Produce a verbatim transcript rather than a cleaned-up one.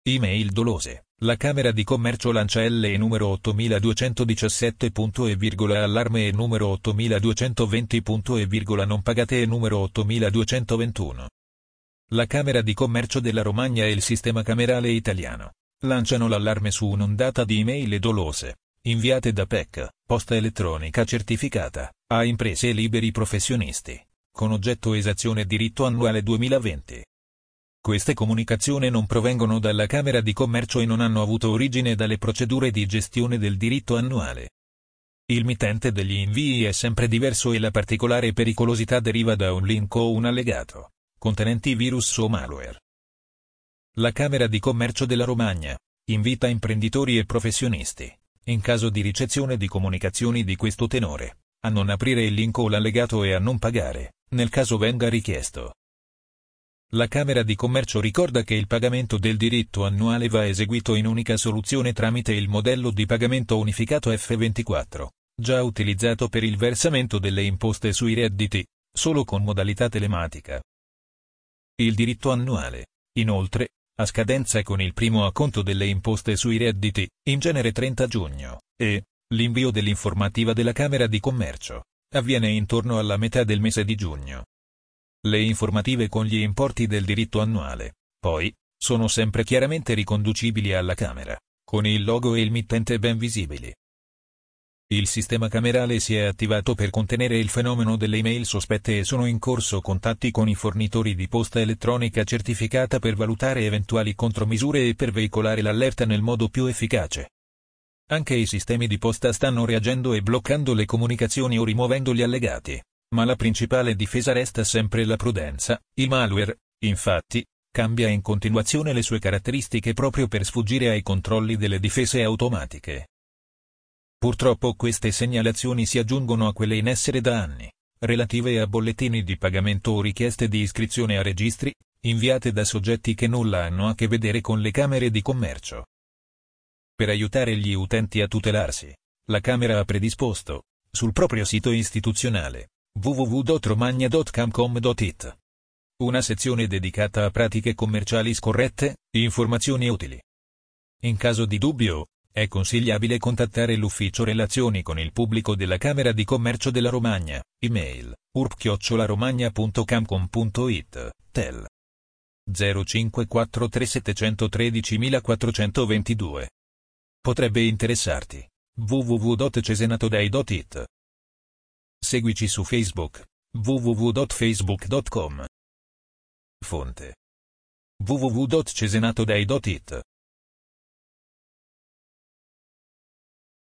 Email dolose. La Camera di Commercio lancia L E numero ottomiladuecentodiciassette. E virgola allarme e numero ottomiladuecentoventi. E virgola non pagate e numero ottomiladuecentoventuno. La Camera di Commercio della Romagna e il Sistema Camerale Italiano lanciano l'allarme su un'ondata di email dolose, inviate da P E C, posta elettronica certificata, a imprese e liberi professionisti, con oggetto esazione diritto annuale duemilaventi. Queste comunicazioni non provengono dalla Camera di Commercio e non hanno avuto origine dalle procedure di gestione del diritto annuale. Il mittente degli invii è sempre diverso e la particolare pericolosità deriva da un link o un allegato, contenenti virus o malware. La Camera di Commercio della Romagna invita imprenditori e professionisti, in caso di ricezione di comunicazioni di questo tenore, a non aprire il link o l'allegato e a non pagare, nel caso venga richiesto. La Camera di Commercio ricorda che il pagamento del diritto annuale va eseguito in unica soluzione tramite il modello di pagamento unificato F ventiquattro, già utilizzato per il versamento delle imposte sui redditi, solo con modalità telematica. Il diritto annuale, inoltre, ha scadenza con il primo acconto delle imposte sui redditi, in genere trenta giugno, e l'invio dell'informativa della Camera di Commercio avviene intorno alla metà del mese di giugno. Le informative con gli importi del diritto annuale, poi, sono sempre chiaramente riconducibili alla Camera, con il logo e il mittente ben visibili. Il sistema camerale si è attivato per contenere il fenomeno delle email sospette e sono in corso contatti con i fornitori di posta elettronica certificata per valutare eventuali contromisure e per veicolare l'allerta nel modo più efficace. Anche i sistemi di posta stanno reagendo e bloccando le comunicazioni o rimuovendo gli allegati. Ma la principale difesa resta sempre la prudenza. Il malware, infatti, cambia in continuazione le sue caratteristiche proprio per sfuggire ai controlli delle difese automatiche. Purtroppo queste segnalazioni si aggiungono a quelle in essere da anni, relative a bollettini di pagamento o richieste di iscrizione a registri, inviate da soggetti che nulla hanno a che vedere con le Camere di Commercio. Per aiutare gli utenti a tutelarsi, la Camera ha predisposto, sul proprio sito istituzionale, w w w punto romagna punto camcom punto it, una sezione dedicata a pratiche commerciali scorrette, informazioni utili. In caso di dubbio, è consigliabile contattare l'Ufficio Relazioni con il Pubblico della Camera di Commercio della Romagna, email, u r p chiocciola romagna punto camcom punto it, tel. zero cinque quattro tre sette uno tre quattro due due. Potrebbe interessarti. w w w punto cesenatodei punto it. Seguici su Facebook, w w w punto facebook punto com. Fonte: w w w punto cesenatodei punto it